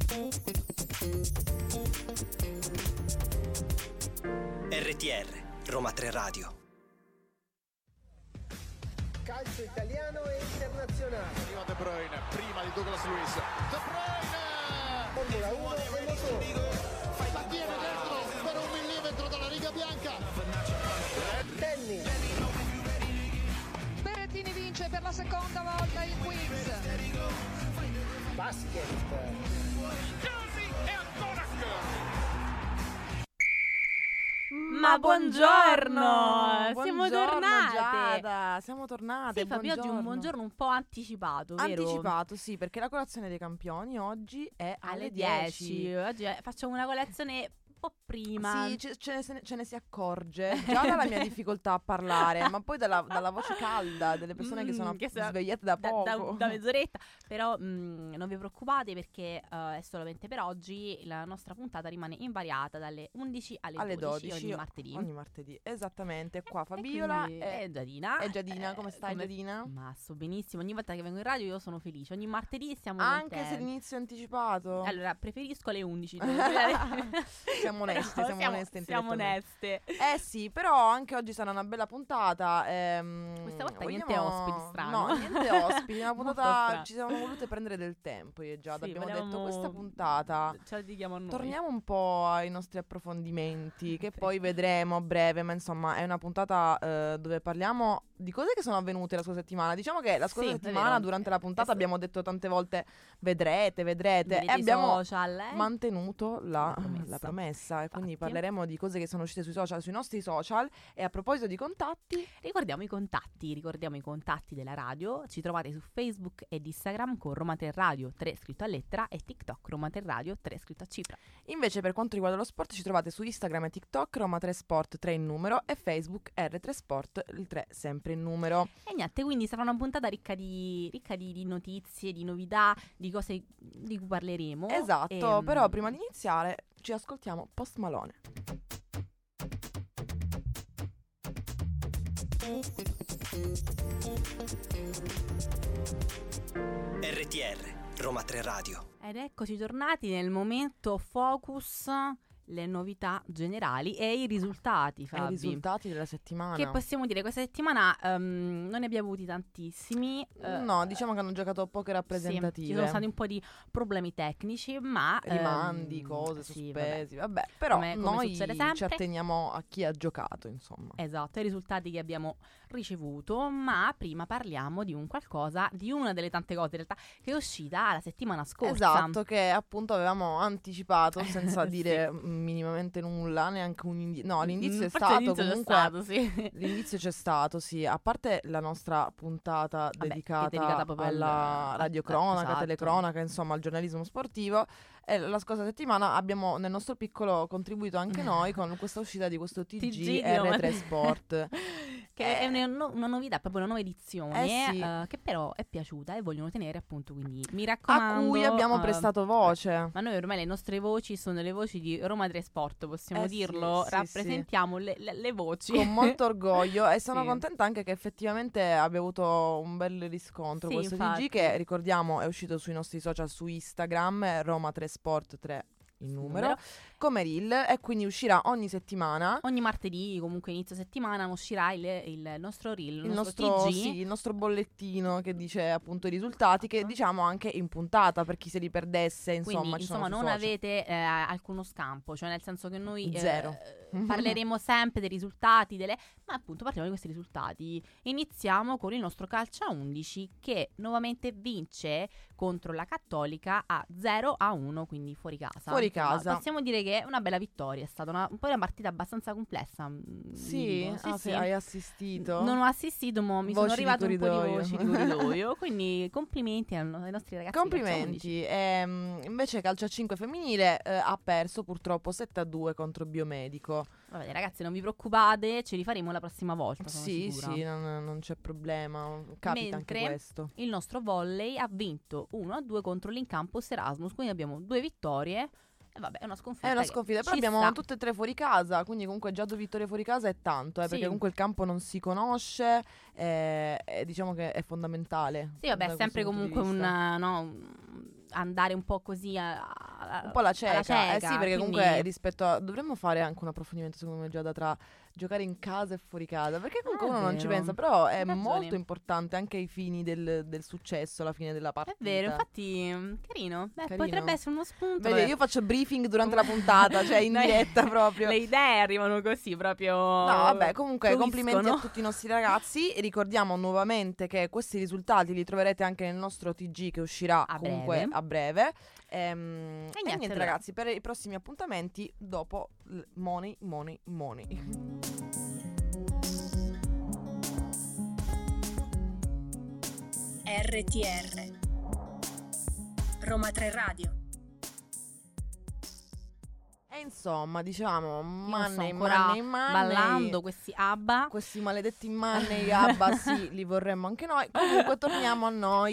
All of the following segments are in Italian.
RTR Roma 3 Radio. Calcio italiano e internazionale. Arriva De Bruyne, prima di Douglas Luiz. De Bruyne! Formula 1 e motori. La tiene dentro per 1 millimetro dalla riga bianca. Tennis. Berrettini vince per la seconda volta il quiz. Basket. Ma buongiorno! Siamo tornate! Giada, siamo tornate. Sì, Fabio, oggi un buongiorno un po' anticipato, vero? Anticipato, sì, perché la colazione dei campioni oggi è alle 10. Oggi facciamo una colazione un po' prima. Sì, ce ne si accorge già dalla mia difficoltà a parlare, ma poi dalla voce calda delle persone che sono svegliate da poco. Da mezz'oretta. Però non vi preoccupate perché è solamente per oggi. La nostra puntata rimane invariata dalle 11 alle 12 ogni martedì. Esattamente, qua Fabiola e Giadina. E Giadina, come stai Giadina? Ma sto benissimo, ogni volta che vengo in radio io sono felice. Ogni martedì siamo anche contenti. se l'inizio è anticipato. Allora, preferisco alle 11. Siamo oneste, siamo oneste. Sì, però anche oggi sarà una bella puntata. Questa volta niente ospiti, strano. No, niente ospiti. Una puntata ci siamo volute prendere del tempo. Io e Giada abbiamo detto questa puntata ce la dedichiamo a noi. Torniamo un po' ai nostri approfondimenti, che poi vedremo a breve. Ma insomma è una puntata dove parliamo di cose che sono avvenute la scorsa settimana. Diciamo che la scorsa settimana durante la puntata abbiamo detto tante volte vedrete e abbiamo mantenuto la promessa. E quindi parleremo di cose che sono uscite sui social, sui nostri social. E a proposito di contatti, ricordiamo i contatti della radio. Ci trovate su Facebook ed Instagram con Roma 3 Radio 3 scritto a lettera e TikTok Roma 3 Radio 3 scritto a cifra. Invece per quanto riguarda lo sport ci trovate su Instagram e TikTok Roma 3 Sport 3 in numero e Facebook R3 Sport il 3 sempre in numero. E niente, quindi sarà una puntata ricca di notizie, di novità, di cose di cui parleremo. Esatto, però prima di iniziare ci ascoltiamo Post Malone. RTR Roma 3 Radio. Ed eccoci tornati nel momento focus, le novità generali e i risultati, Fabi. I risultati della settimana. Che possiamo dire, questa settimana non ne abbiamo avuti tantissimi. No, diciamo che hanno giocato poche rappresentative. Sì, ci sono stati un po' di problemi tecnici, ma rimandi, cose sospesi, vabbè. Però come noi ci atteniamo a chi ha giocato, insomma. Esatto, ai risultati che abbiamo ricevuto. Ma prima parliamo di una delle tante cose in realtà che è uscita la settimana scorsa. Esatto, che appunto avevamo anticipato senza dire minimamente nulla, neanche un indizio. No, l'indizio è stato comunque. L'indizio c'è stato, sì. A parte la nostra puntata dedicata alla radiocronaca, esatto, telecronaca, insomma, al giornalismo sportivo. E la scorsa settimana abbiamo nel nostro piccolo contribuito anche noi con questa uscita di questo TG R3 Sport. Che è una novità, proprio una nuova edizione che però è piaciuta e vogliono tenere, appunto, quindi mi raccomando. A cui abbiamo prestato voce. Ma noi ormai le nostre voci sono le voci di Roma 3 Sport, possiamo dirlo, rappresentiamo le voci. Con molto orgoglio e sono contenta anche che effettivamente abbia avuto un bel riscontro questo TG, che ricordiamo è uscito sui nostri social, su Instagram, Roma 3 Sport 3 in numero, come reel, e quindi uscirà ogni settimana. Ogni martedì, comunque inizio settimana, uscirà il nostro reel, il nostro TG. Sì, il nostro bollettino che dice appunto i risultati, che diciamo anche in puntata per chi se li perdesse, insomma. Quindi, insomma, non avete alcuno scampo, cioè nel senso che noi zero. Parleremo sempre dei risultati, ma appunto parliamo di questi risultati. Iniziamo con il nostro calcio a 11 che nuovamente vince contro la Cattolica a 0-1, quindi fuori casa. Possiamo dire che è una bella vittoria, è stata un po' una partita abbastanza complessa. Sì, hai assistito? Non ho assistito, ma mi sono arrivate un po' di voci di corridoio, quindi complimenti ai nostri ragazzi. Complimenti. Invece calcio a 5 femminile ha perso purtroppo 7-2 contro Biomedico. Vabbè ragazzi, non vi preoccupate, ce li faremo la prossima volta, sono sicura. Sì, non c'è problema, capita anche questo. Il nostro volley ha vinto 1-2 contro l'Incampus Erasmus, quindi abbiamo 2 vittorie. E vabbè, è una sconfitta. Però abbiamo tutte e 3 fuori casa, quindi comunque già 2 vittorie fuori casa è tanto, perché comunque il campo non si conosce, diciamo che è fondamentale. Sì, vabbè, è sempre comunque andare un po' così un po' la cieca. Sì, perché quindi... comunque rispetto a... dovremmo fare anche un approfondimento secondo me, Giada, tra giocare in casa e fuori casa, perché comunque uno non ci pensa, però è molto importante anche ai fini del successo alla fine della partita. È vero, infatti carino. Carino. Potrebbe essere uno spunto. Vedi, io faccio briefing durante la puntata, cioè in diretta proprio. Le idee arrivano così proprio. No, vabbè, comunque fluiscono. complimenti a tutti i nostri ragazzi. Ricordiamo nuovamente che questi risultati li troverete anche nel nostro TG che uscirà comunque a breve. E niente ragazzi, per i prossimi appuntamenti dopo Money. RTR Roma 3 Radio. E insomma, dicevamo money, ballando questi ABBA. Questi maledetti money ABBA, sì, li vorremmo anche noi. Comunque torniamo a noi.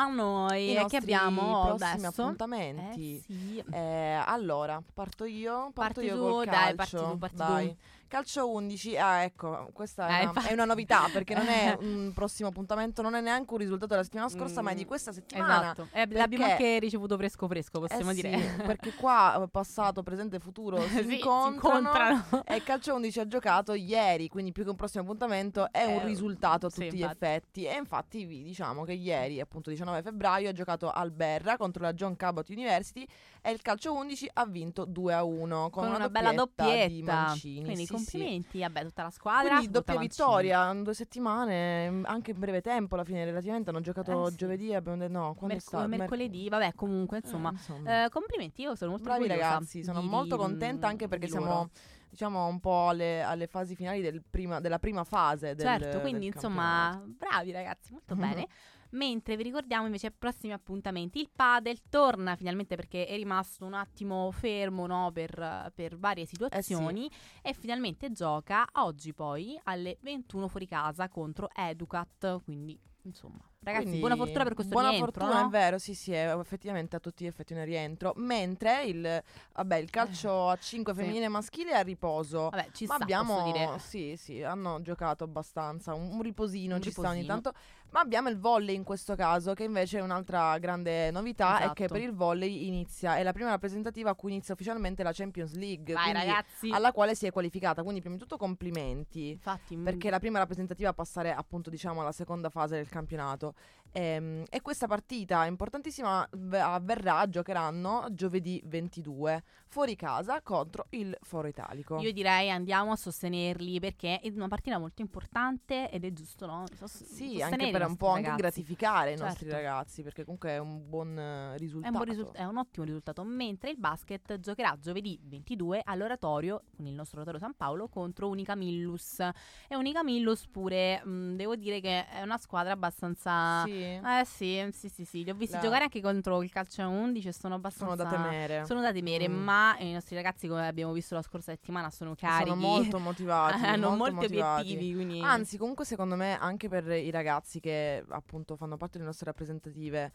E che abbiamo prossimi adesso? appuntamenti. Sì. Allora, parto io Parti tu, col dai, calcio. parti Dai. tu. Calcio 11, ecco, questa è una novità perché non è un prossimo appuntamento, non è neanche un risultato della settimana scorsa, ma è di questa settimana. Esatto, l'abbiamo anche ricevuto fresco, possiamo dire. Sì, perché qua passato, presente e futuro si incontrano. E Calcio 11 ha giocato ieri, quindi più che un prossimo appuntamento è un risultato a tutti gli effetti. E infatti vi diciamo che ieri, appunto 19 febbraio, ha giocato Alberra contro la John Cabot University e il Calcio 11 ha vinto 2-1 con una bella doppietta di Mancini. Quindi complimenti, vabbè, tutta la squadra. Quindi doppia vittoria in 2 settimane, anche in breve tempo alla fine relativamente. Hanno giocato giovedì, abbiamo detto no, quando è stato? Mercoledì, vabbè, comunque insomma. Complimenti, io sono molto bravi orgogliosa ragazzi, sono molto contenta anche perché siamo diciamo un po' alle fasi finali della prima fase certo, quindi del insomma bravi ragazzi, molto bene. Mentre vi ricordiamo invece i prossimi appuntamenti. Il padel torna finalmente perché è rimasto un attimo fermo, no, per varie situazioni, e finalmente gioca oggi poi alle 21 fuori casa contro Educat, quindi insomma ragazzi, buona fortuna per questo rientro. Buona fortuna, no? è vero, sì, è effettivamente a tutti gli effetti un rientro. Mentre il calcio a 5 femminile e maschile è a riposo. Vabbè, ci ma sta, abbiamo, posso dire. sì, hanno giocato abbastanza. Un riposino ci sta ogni tanto. Ma abbiamo il volley in questo caso, che invece è un'altra grande novità, è che per il volley è la prima rappresentativa a cui inizia ufficialmente la Champions League. Vai ragazzi, alla quale si è qualificata. Quindi prima di tutto complimenti. Infatti, perché è la prima rappresentativa a passare appunto diciamo alla seconda fase del campionato. E questa partita importantissima giocheranno giovedì 22 fuori casa contro il Foro Italico. Io direi andiamo a sostenerli perché è una partita molto importante ed è giusto, no? Sì, anche per un po' anche gratificare i nostri ragazzi, perché comunque è un buon risultato. È un ottimo risultato. Mentre il basket giocherà giovedì 22 all'Oratorio, con il nostro Oratorio San Paolo, contro Unica Millus. E Unica Millus pure, devo dire che è una squadra abbastanza... Sì. Sì. Li ho visti giocare anche contro il calcio 11 e sono abbastanza... Sono da temere. Ma i nostri ragazzi, come abbiamo visto la scorsa settimana, sono carichi. Sono molto motivati. Hanno molti obiettivi, quindi... Anzi, comunque secondo me anche per i ragazzi che appunto fanno parte delle nostre rappresentative,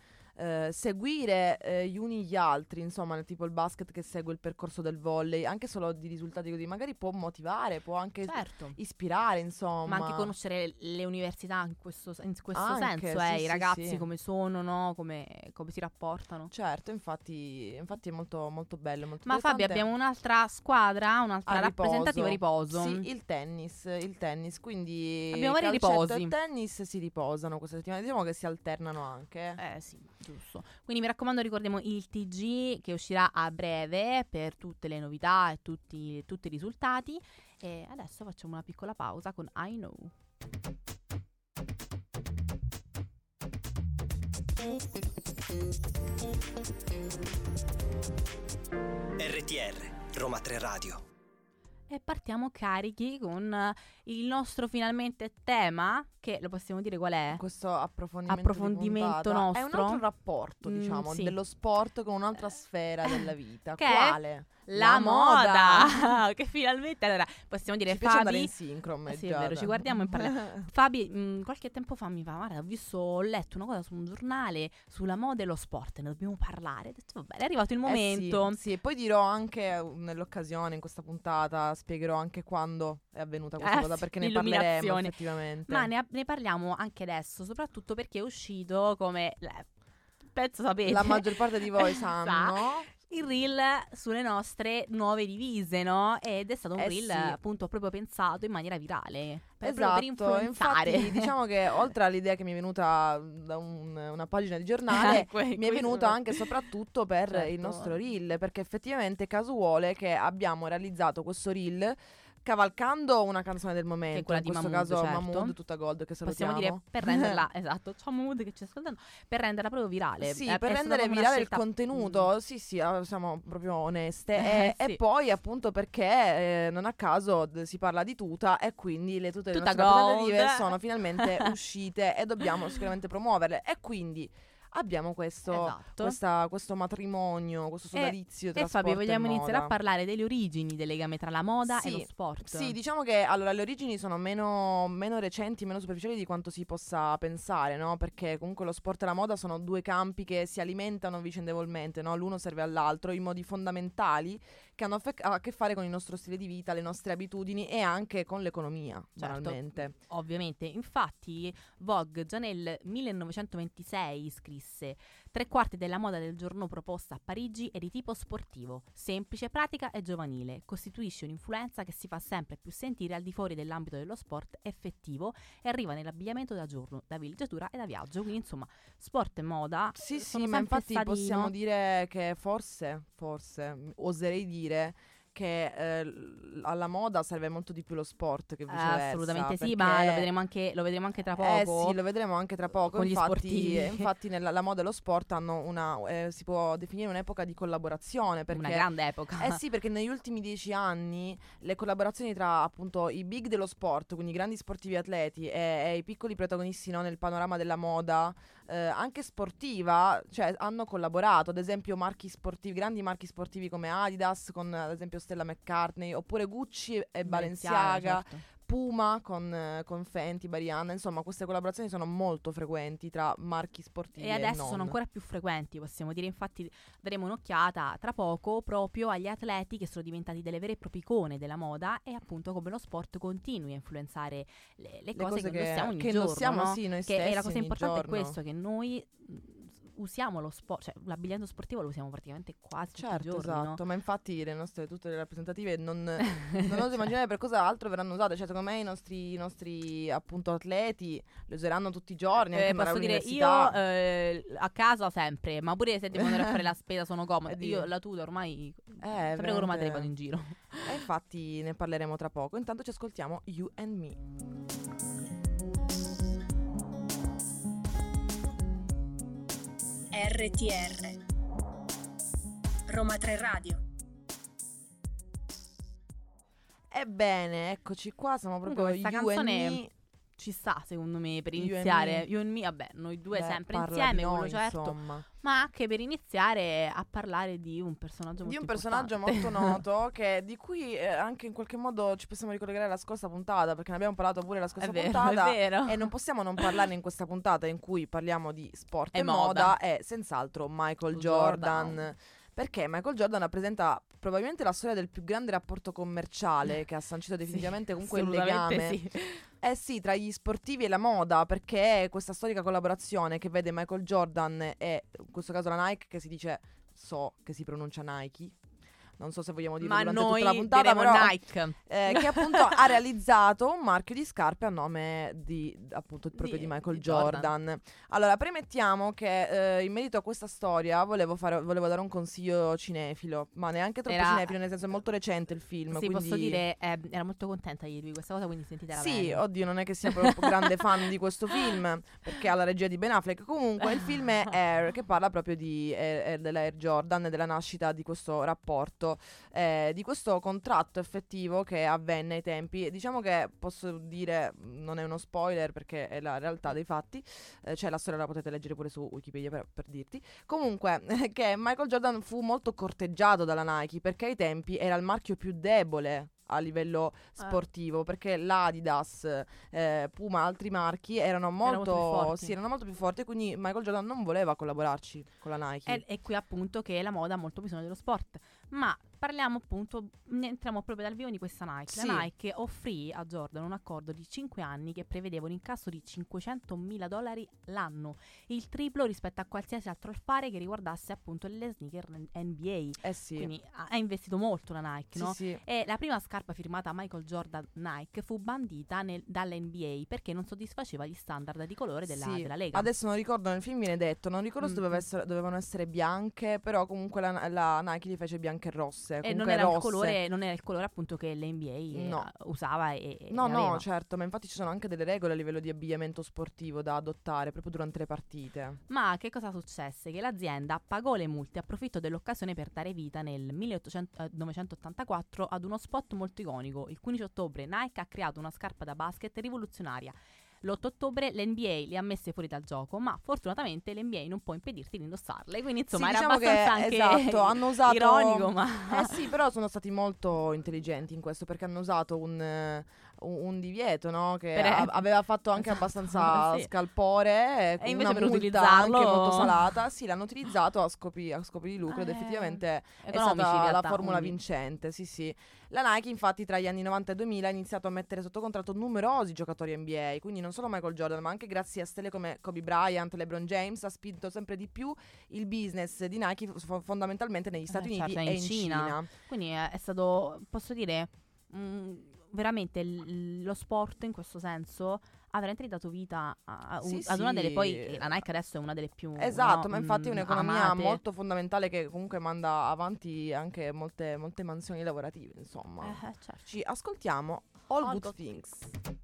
seguire gli uni gli altri, insomma, tipo il basket che segue il percorso del volley, anche solo di risultati così, magari può motivare, può anche ispirare, insomma. Ma anche conoscere le università in questo senso, i ragazzi come sono, no? Come si rapportano. Certo, infatti è molto, molto bello, molto Ma Fabio, abbiamo un'altra squadra, un'altra rappresentativa a riposo. Sì, il tennis, quindi abbiamo vari riposi. Il tennis si riposano questa settimana, diciamo che si alternano anche. Sì, giusto. Quindi mi raccomando, ricordiamo il TG che uscirà a breve per tutte le novità e tutti i risultati. E adesso facciamo una piccola pausa con I Know. RTR Roma 3 Radio. E partiamo carichi con il nostro finalmente tema, che lo possiamo dire qual è? Questo approfondimento nostro. È un altro rapporto, diciamo, dello sport con un'altra sfera della vita. Che quale? È la moda. Che finalmente, allora, possiamo dire, ci piace Fabi, andare in sincron, sì, è vero, ci guardiamo e parliamo. Fabi, qualche tempo fa mi fa, guarda, ho letto una cosa su un giornale sulla moda e lo sport, ne dobbiamo parlare. Ho detto, vabbè, è arrivato il momento. Sì, e poi dirò anche nell'occasione, in questa puntata, spiegherò anche quando è avvenuta questa cosa, perché ne parleremo effettivamente. Ma ne parliamo anche adesso, soprattutto perché è uscito come penso sapete. La maggior parte di voi sanno. Il reel sulle nostre nuove divise, no? Ed è stato un reel sì. appunto proprio pensato in maniera virale. Per Esatto, influenzare. infatti diciamo che oltre all'idea che mi è venuta da una pagina di giornale, mi è venuta anche e soprattutto per il nostro reel, perché effettivamente caso vuole che abbiamo realizzato questo reel cavalcando una canzone del momento, che è quella in di questo Mahmood, caso certo. Mahmood, tutta gold, che salutiamo. Possiamo dire per renderla, esatto, ciao Mahmood che ci sta ascoltando, per renderla proprio virale. Sì, È per stata rendere proprio una virale il scelta- contenuto, sì, siamo proprio oneste. Sì. E poi appunto perché non a caso si parla di tuta e quindi le tute delle Tuta nostre gold. rappresentative sono finalmente uscite e dobbiamo sicuramente promuoverle. E quindi abbiamo questo matrimonio, questo sodalizio tra E Fabio, sport vogliamo e iniziare moda. a parlare delle origini del legame tra la moda Sì, e lo sport? Sì, diciamo che allora le origini sono meno recenti, meno superficiali di quanto si possa pensare, no? Perché comunque lo sport e la moda sono due campi che si alimentano vicendevolmente, no? L'uno serve all'altro in modi fondamentali che hanno a che fare con il nostro stile di vita, le nostre abitudini e anche con l'economia, banalmente. Ovviamente, infatti Vogue già nel 1926 scrisse: 3/4 della moda del giorno proposta a Parigi è di tipo sportivo, semplice, pratica e giovanile. Costituisce un'influenza che si fa sempre più sentire al di fuori dell'ambito dello sport effettivo e arriva nell'abbigliamento da giorno, da villeggiatura e da viaggio. Quindi insomma, sport e moda Sì, sono ma sempre infatti stati, possiamo no? dire che forse, oserei dire che alla moda serve molto di più lo sport che viceversa. Assolutamente sì, perché- ma lo vedremo anche tra poco. Sì, lo vedremo anche tra poco. Con gli sportivi. Infatti la moda e lo sport hanno si può definire un'epoca di collaborazione. Perché, Una grande epoca. sì, perché negli ultimi 10 anni le collaborazioni tra appunto i big dello sport, quindi i grandi sportivi atleti e i piccoli protagonisti, no, nel panorama della moda, anche sportiva, cioè hanno collaborato. Ad esempio grandi marchi sportivi come Adidas con ad esempio Stella McCartney, oppure Gucci e Balenciaga, certo. Puma con Fenty, Barianna. Insomma, queste collaborazioni sono molto frequenti tra marchi sportivi E adesso non. sono ancora più frequenti, possiamo dire. Infatti daremo un'occhiata tra poco proprio agli atleti che sono diventati delle vere e proprie icone della moda e appunto come lo sport continui a influenzare le cose che indossiamo ogni che giorno, indossiamo, no? sì, noi Che è la stessi cosa ogni importante è giorno. questo, che noi usiamo lo sport, cioè l'abbigliamento sportivo lo usiamo praticamente quasi tutti i Certo, giorni, esatto, no? ma infatti tutte le rappresentative non oso immaginare per cosa altro verranno usate. Cioè, secondo me i nostri appunto atleti le useranno tutti i giorni, anche Posso dire, io all'università. a casa sempre, ma pure se devo andare a fare la spesa sono comoda. Dio. Io la tuta ormai sempre con veramente. Roma 3 vado in giro. E infatti ne parleremo tra poco. Intanto ci ascoltiamo You and Me. RTR Roma 3 Radio. Ebbene, eccoci qua, siamo proprio Comunque, questa You and canzone Me. ci sta secondo me per You and iniziare. Me. You and Me, vabbè, noi due Beh, sempre parla insieme, di noi, quello certo, insomma. ma anche per iniziare a parlare di un personaggio molto Di un personaggio importante. molto noto di cui anche in qualche modo ci possiamo ricollegare alla scorsa puntata, perché ne abbiamo parlato pure la scorsa È vero, puntata è vero. e non possiamo non parlarne in questa puntata in cui parliamo di sport E e moda, moda. è senz'altro Michael Jordan. Jordan. Perché Michael Jordan rappresenta probabilmente la storia del più grande rapporto commerciale che ha sancito definitivamente comunque il assolutamente legame. sì. Eh sì, tra gli sportivi e la moda, perché è questa storica collaborazione che vede Michael Jordan e in questo caso la Nike, che si dice, so che si pronuncia Nike, non so se vogliamo dirlo Ma durante noi tutta la puntata, diremo però Nike. che appunto ha realizzato un marchio di scarpe a nome di appunto proprio di Michael di Jordan. Allora, premettiamo che in merito a questa storia volevo dare un consiglio cinefilo, ma neanche troppo cinefilo, nel senso è molto recente il film. Sì, quindi... posso dire, era molto contenta di dirvi questa cosa, quindi sentitela Sì, bene. oddio, non è che sia proprio grande fan di questo film, perché ha la regia di Ben Affleck. Comunque il film è Air, che parla proprio della Air Jordan e della nascita di questo rapporto, di questo contratto effettivo che avvenne ai tempi. Diciamo che posso dire, non è uno spoiler perché è la realtà dei fatti, cioè la storia la potete leggere pure su Wikipedia per dirti. Comunque che Michael Jordan fu molto corteggiato dalla Nike perché ai tempi era il marchio più debole a livello sportivo, perché l'Adidas, Puma, altri marchi erano molto più forti, quindi Michael Jordan non voleva collaborarci con la Nike. È qui appunto che la moda ha molto bisogno dello sport, ma parliamo appunto, entriamo proprio dal vivo di questa Nike. Sì. La Nike offrì a Jordan un accordo di 5 anni che prevedeva un incasso di $500.000 l'anno, il triplo rispetto a qualsiasi altro affare che riguardasse appunto le sneaker NBA. Sì. Quindi ha investito molto la Nike, no? Sì. E la prima scarpa firmata Michael Jordan Nike fu bandita dall'NBA perché non soddisfaceva gli standard di colore della Lega. Adesso non ricordo, nel film viene detto, non ricordo se dovevano essere bianche, però comunque la Nike li fece bianche e rosse. E comunque non era rosse. non era il colore appunto che l'NBA No. usava e No, aveva. certo, ma infatti ci sono anche delle regole a livello di abbigliamento sportivo da adottare proprio durante le partite. Ma che cosa successe? Che l'azienda pagò le multe a profitto dell'occasione per dare vita nel 1984 ad uno spot molto iconico. Il 15 ottobre Nike ha creato una scarpa da basket rivoluzionaria. L'8 ottobre l'NBA le ha messe fuori dal gioco, ma fortunatamente l'NBA non può impedirti di indossarle. Quindi insomma Sì, era diciamo abbastanza che, anche esatto, hanno usato ironico, ma sì, però sono stati molto intelligenti in questo, perché hanno usato un divieto, no? Che aveva fatto anche Esatto, abbastanza sì. scalpore, E invece una per multa utilizzarlo anche molto salata. Sì, l'hanno utilizzato a scopi di lucro ed effettivamente è economici, stata in la realtà, formula quindi. vincente. Sì. La Nike infatti tra gli anni 90 e 2000 ha iniziato a mettere sotto contratto numerosi giocatori NBA, quindi non solo Michael Jordan, ma anche grazie a stelle come Kobe Bryant, LeBron James, ha spinto sempre di più il business di Nike fondamentalmente negli Stati Uniti certo, e in Cina. Quindi è stato, posso dire, veramente lo sport in questo senso ha veramente dato vita ad una delle, poi la Nike adesso è una delle più esatto, ma infatti è un'economia amate. molto fondamentale che comunque manda avanti anche molte mansioni lavorative, insomma. Certo. Ci ascoltiamo All Good Things.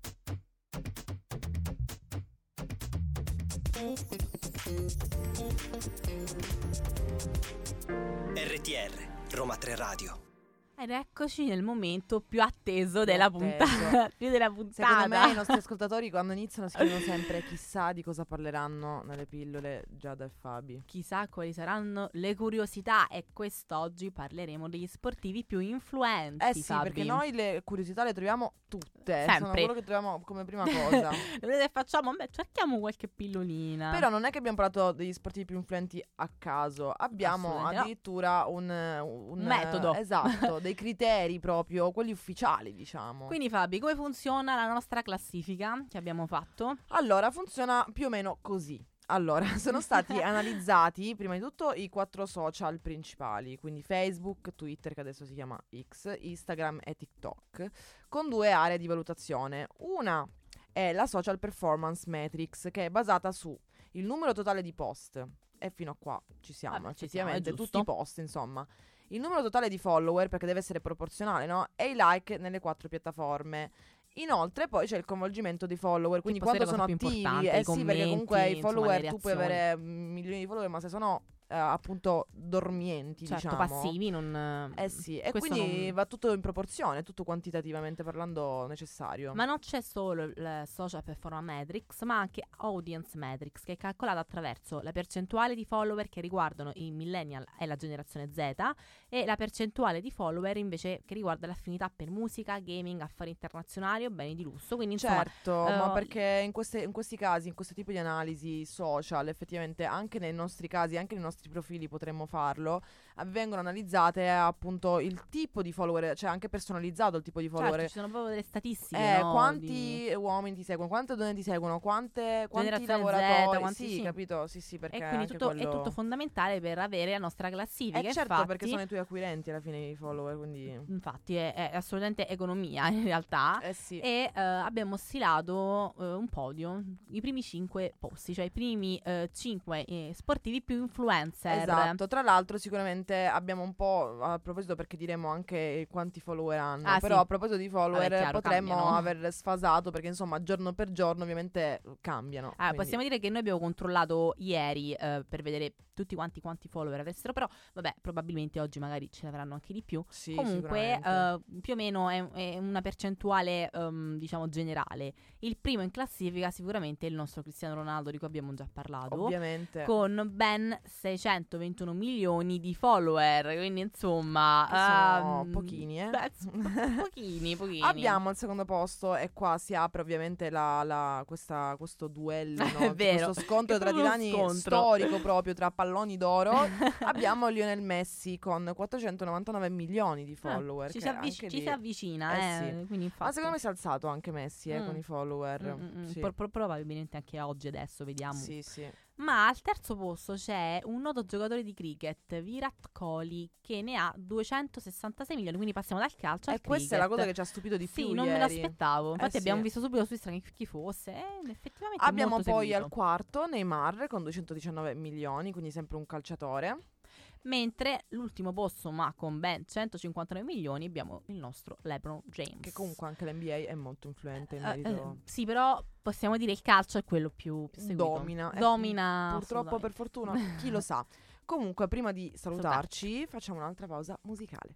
RTR, Roma 3 Radio. Ed eccoci nel momento più atteso della puntata. Più della puntata. Secondo me i nostri ascoltatori quando iniziano si chiedono sempre chissà di cosa parleranno nelle pillole Giada e Fabi. Chissà quali saranno le curiosità, e quest'oggi parleremo degli sportivi più influenti. Sì, Fabi. perché noi le curiosità le troviamo tutte. Sempre. Sono quello che troviamo come prima cosa. Vedete, facciamo, cerchiamo qualche pillolina. Però non è che abbiamo parlato degli sportivi più influenti a caso. Abbiamo Assolutamente no. addirittura un metodo. Esatto, dei criteri proprio, quelli ufficiali, diciamo. Quindi Fabi, come funziona la nostra classifica che abbiamo fatto? Allora, funziona più o meno così. Allora, sono stati analizzati prima di tutto i 4 social principali, quindi Facebook, Twitter, che adesso si chiama X, Instagram e TikTok, con 2 aree di valutazione. Una è la Social Performance Matrix, che è basata su il numero totale di post, e fino a qua ci siamo, effettivamente, è giusto. tutti i post, insomma. Il numero totale di follower, perché deve essere proporzionale, no? E i like nelle 4 piattaforme. Inoltre poi c'è il coinvolgimento dei follower, quindi quando sono attivi, sì, perché comunque i follower, tu puoi avere milioni di follower, ma se sono appunto dormienti, certo, diciamo, passivi, non sì, e quindi va tutto in proporzione, tutto quantitativamente parlando necessario. Ma non c'è solo il Social Performance Matrix, ma anche Audience Matrix, che è calcolata attraverso la percentuale di follower che riguardano i millennial e la generazione Z, e la percentuale di follower invece che riguarda l'affinità per musica, gaming, affari internazionali o beni di lusso. Quindi insomma, certo, ma perché in questi casi, in questo tipo di analisi social, effettivamente anche nei nostri casi, anche nei nostri profili potremmo farlo, vengono analizzate appunto il tipo di follower, cioè anche personalizzato il tipo di follower. Certo, ci sono proprio delle statistiche, no? Quanti uomini ti seguono, quante donne ti seguono, quanti Generazione lavoratori, Z, quanti sì, capito? Sì, perché e quindi anche è tutto fondamentale per avere la nostra classifica. certo, infatti, perché sono i tuoi acquirenti alla fine i follower, quindi infatti è assolutamente economia in realtà. sì. E abbiamo stilato un podio, i primi 5 posti, cioè i primi 5 sportivi più influencer. Esatto, tra l'altro sicuramente abbiamo un po', a proposito, perché diremo anche quanti follower hanno, però sì. a proposito di follower chiaro, potremmo cambiano. aver sfasato, perché insomma giorno per giorno ovviamente cambiano. Quindi Possiamo dire che noi abbiamo controllato ieri per vedere tutti quanti follower avessero, però vabbè, probabilmente oggi magari ce ne avranno anche di più. sì, Comunque sicuramente. più o meno è una percentuale diciamo generale. Il primo in classifica sicuramente è il nostro Cristiano Ronaldo, di cui abbiamo già parlato, Ovviamente. con ben 621 milioni di follower, quindi insomma sono pochini, beh, pochini. Abbiamo al secondo posto, e qua si apre ovviamente questo duello, no? È vero, questo scontro è tra proprio titani uno scontro storico, proprio tra palloni d'oro. Abbiamo Lionel Messi con 499 milioni di follower. Ci che si avvicina, sì. quindi infatti. Ma secondo me si è alzato anche Messi con i follower. Sì. Probabilmente anche oggi, adesso vediamo. Sì, sì. Ma al terzo posto c'è un noto giocatore di cricket, Virat Kohli, che ne ha 266 milioni, quindi passiamo dal calcio al cricket. Questa è la cosa che ci ha stupito di più Sì, non me ieri. l'aspettavo. Infatti abbiamo sì. visto subito su Instagram chi fosse. Effettivamente Abbiamo molto poi seguito. al quarto Neymar con 219 milioni, quindi sempre un calciatore. Mentre l'ultimo posto, ma con ben 159 milioni, abbiamo il nostro LeBron James. Che comunque anche l'NBA è molto influente in merito. Sì, però possiamo dire il calcio è quello più seguito. Domina. Purtroppo, assolutamente. per fortuna, chi lo sa. Comunque, prima di salutarci, facciamo un'altra pausa musicale.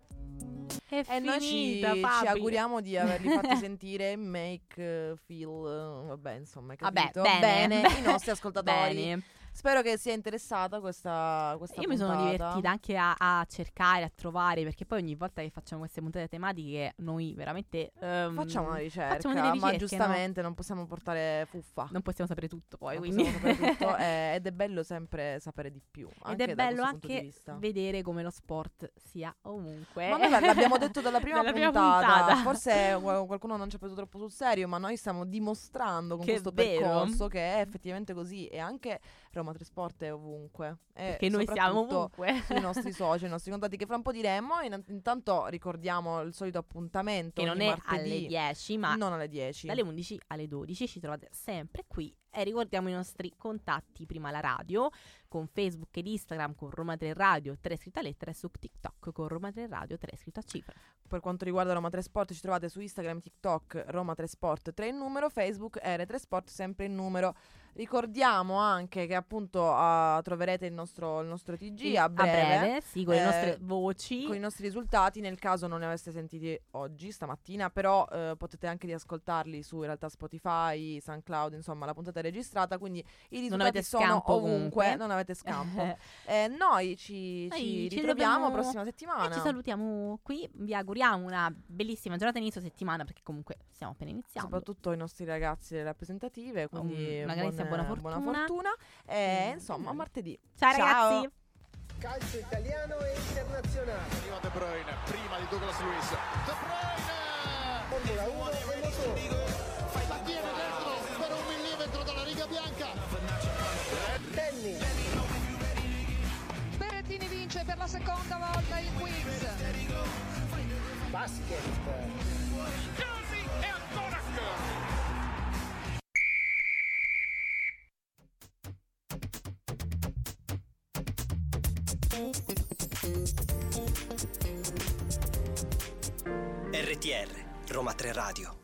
È E noi ci Fabi. auguriamo di averli fatti sentire make feel, vabbè, insomma, hai Vabbè, capito? bene. I nostri ascoltatori. Bene. Spero che sia interessata questa Io mi sono puntata. divertita anche a cercare, a trovare, perché poi ogni volta che facciamo queste puntate tematiche noi veramente Facciamo una ricerca, facciamo delle ricerche, ma giustamente non possiamo portare fuffa. non possiamo sapere tutto poi, Non quindi possiamo sapere tutto, ed è bello sempre sapere di più. ed Anche è da bello questo punto di anche vista. vedere come lo sport sia ovunque. Ma noi l'abbiamo detto dalla prima Dalla prima puntata. puntata. Forse qualcuno non ci ha preso troppo sul serio, ma noi stiamo dimostrando con Che questo è vero. percorso che è effettivamente così. E anche Roma 3 Sport è ovunque. E Perché noi siamo soprattutto ovunque. sui nostri social, i nostri contatti, che fra un po' diremo. Intanto ricordiamo il solito appuntamento Che non ogni è martedì, alle 10, ma non alle 10. dalle 11 alle 12 ci trovate sempre qui. E ricordiamo i nostri contatti: prima la radio con Facebook ed Instagram con Roma 3 Radio 3 scritto a lettera, e su TikTok con Roma 3 Radio 3 scritto a cifra. Per quanto riguarda Roma 3 Sport, ci trovate su Instagram, TikTok, Roma 3 Sport 3 in numero, Facebook R3 Sport sempre in numero. Ricordiamo anche che appunto troverete il nostro TG a breve, sì, con le nostre voci, con i nostri risultati, nel caso non ne aveste sentiti oggi, stamattina, però potete anche riascoltarli su in realtà Spotify, SoundCloud, insomma la puntata è registrata, quindi i risultati avete sono scampo ovunque, non avete scampo. Noi ci ritroviamo dobbiamo- prossima settimana. e ci salutiamo qui. Vi auguriamo una bellissima giornata inizio settimana, perché comunque stiamo appena iniziando. Soprattutto i nostri ragazzi delle rappresentative, quindi Una grandissima buona fortuna. E insomma, a martedì. Ciao ragazzi. Calcio italiano e internazionale. Arriva De Bruyne, prima di Douglas Luiz. De Bruyne! Formula 1 e motori. La tiene dentro per 1 millimetro dalla riga bianca. Tennis. Berrettini vince per la seconda volta il quiz. Basket. Casi e ancora RTR, Roma 3 Radio.